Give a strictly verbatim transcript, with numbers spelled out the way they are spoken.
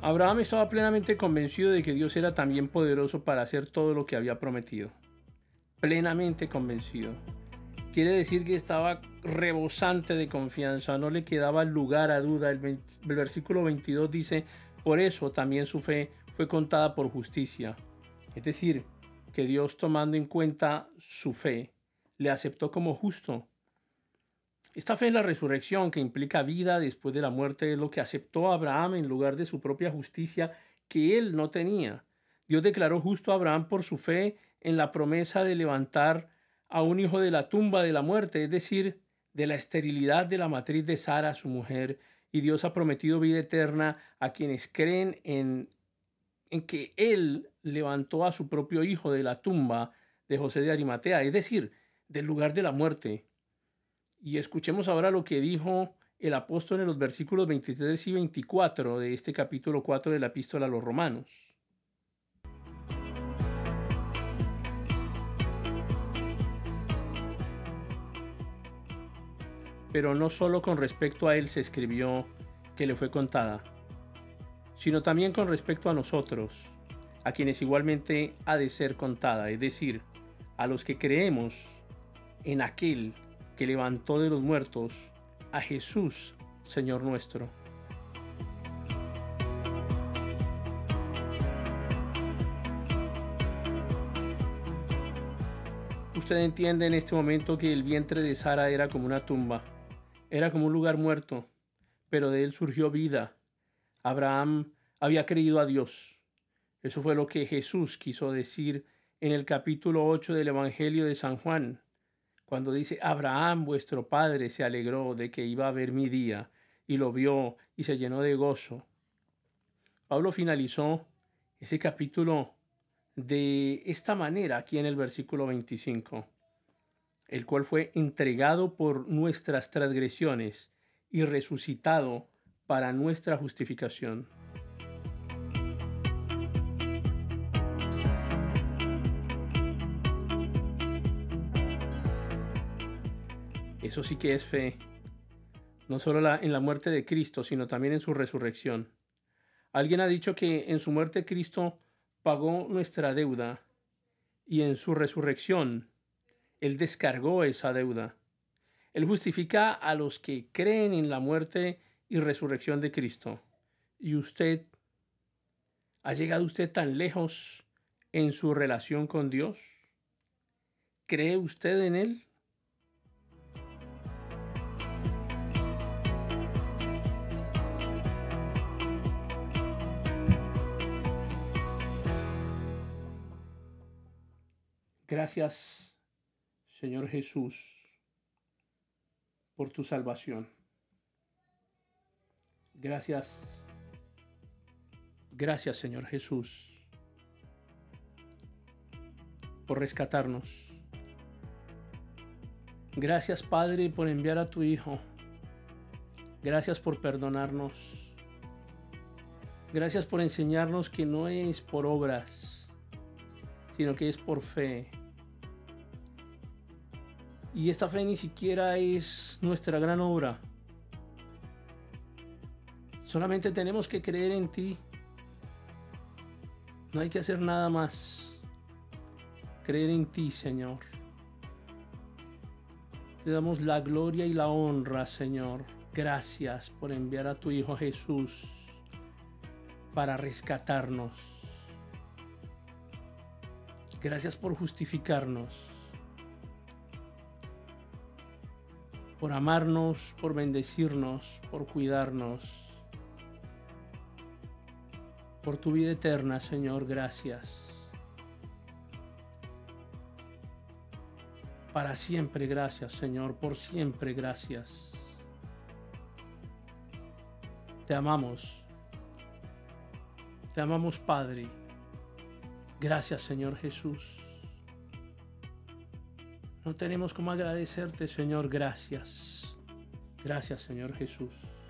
Abraham estaba plenamente convencido de que Dios era también poderoso para hacer todo lo que había prometido. Plenamente convencido. Quiere decir que estaba rebosante de confianza, no le quedaba lugar a duda. El, veinte, el versículo veintidós dice, por eso también su fe fue contada por justicia. Es decir, que Dios, tomando en cuenta su fe, le aceptó como justo. Esta fe en la resurrección, que implica vida después de la muerte, es lo que aceptó Abraham en lugar de su propia justicia que él no tenía. Dios declaró justo a Abraham por su fe en la promesa de levantar a un hijo de la tumba de la muerte, es decir, de la esterilidad de la matriz de Sara, su mujer, y Dios ha prometido vida eterna a quienes creen en, en que Él levantó a su propio hijo de la tumba de José de Arimatea, es decir, del lugar de la muerte. Y escuchemos ahora lo que dijo el apóstol en los versículos veintitrés y veinticuatro de este capítulo cuatro de la epístola a los Romanos. Pero no solo con respecto a él se escribió que le fue contada, sino también con respecto a nosotros, a quienes igualmente ha de ser contada, es decir, a los que creemos en aquel que levantó de los muertos a Jesús, Señor nuestro. Usted entiende en este momento que el vientre de Sara era como una tumba, era como un lugar muerto, pero de él surgió vida. Abraham había creído a Dios. Eso fue lo que Jesús quiso decir en el capítulo ocho del Evangelio de San Juan, cuando dice, Abraham, vuestro padre, se alegró de que iba a ver mi día, y lo vio y se llenó de gozo. Pablo finalizó ese capítulo de esta manera aquí en el versículo veinticinco, el cual fue entregado por nuestras transgresiones y resucitado para nuestra justificación. Eso sí que es fe, no solo la, en la muerte de Cristo, sino también en su resurrección. Alguien ha dicho que en su muerte Cristo pagó nuestra deuda y en su resurrección Él descargó esa deuda. Él justifica a los que creen en la muerte y resurrección de Cristo. ¿Y usted? ¿Ha llegado usted tan lejos en su relación con Dios? ¿Cree usted en Él? Gracias, Señor Jesús, por tu salvación. Gracias, gracias, Señor Jesús, por rescatarnos. Gracias, Padre, por enviar a tu Hijo. Gracias por perdonarnos. Gracias por enseñarnos que no es por obras, sino que es por fe. Y esta fe ni siquiera es nuestra gran obra. Solamente tenemos que creer en ti. No hay que hacer nada más. Creer en ti, Señor. Te damos la gloria y la honra, Señor. Gracias por enviar a tu Hijo Jesús para rescatarnos. Gracias por justificarnos, por amarnos, por bendecirnos, por cuidarnos, por tu vida eterna, Señor, gracias. Para siempre, gracias, Señor, por siempre, gracias. Te amamos, te amamos, Padre. Gracias, Señor Jesús. No tenemos cómo agradecerte, Señor. Gracias. Gracias, Señor Jesús.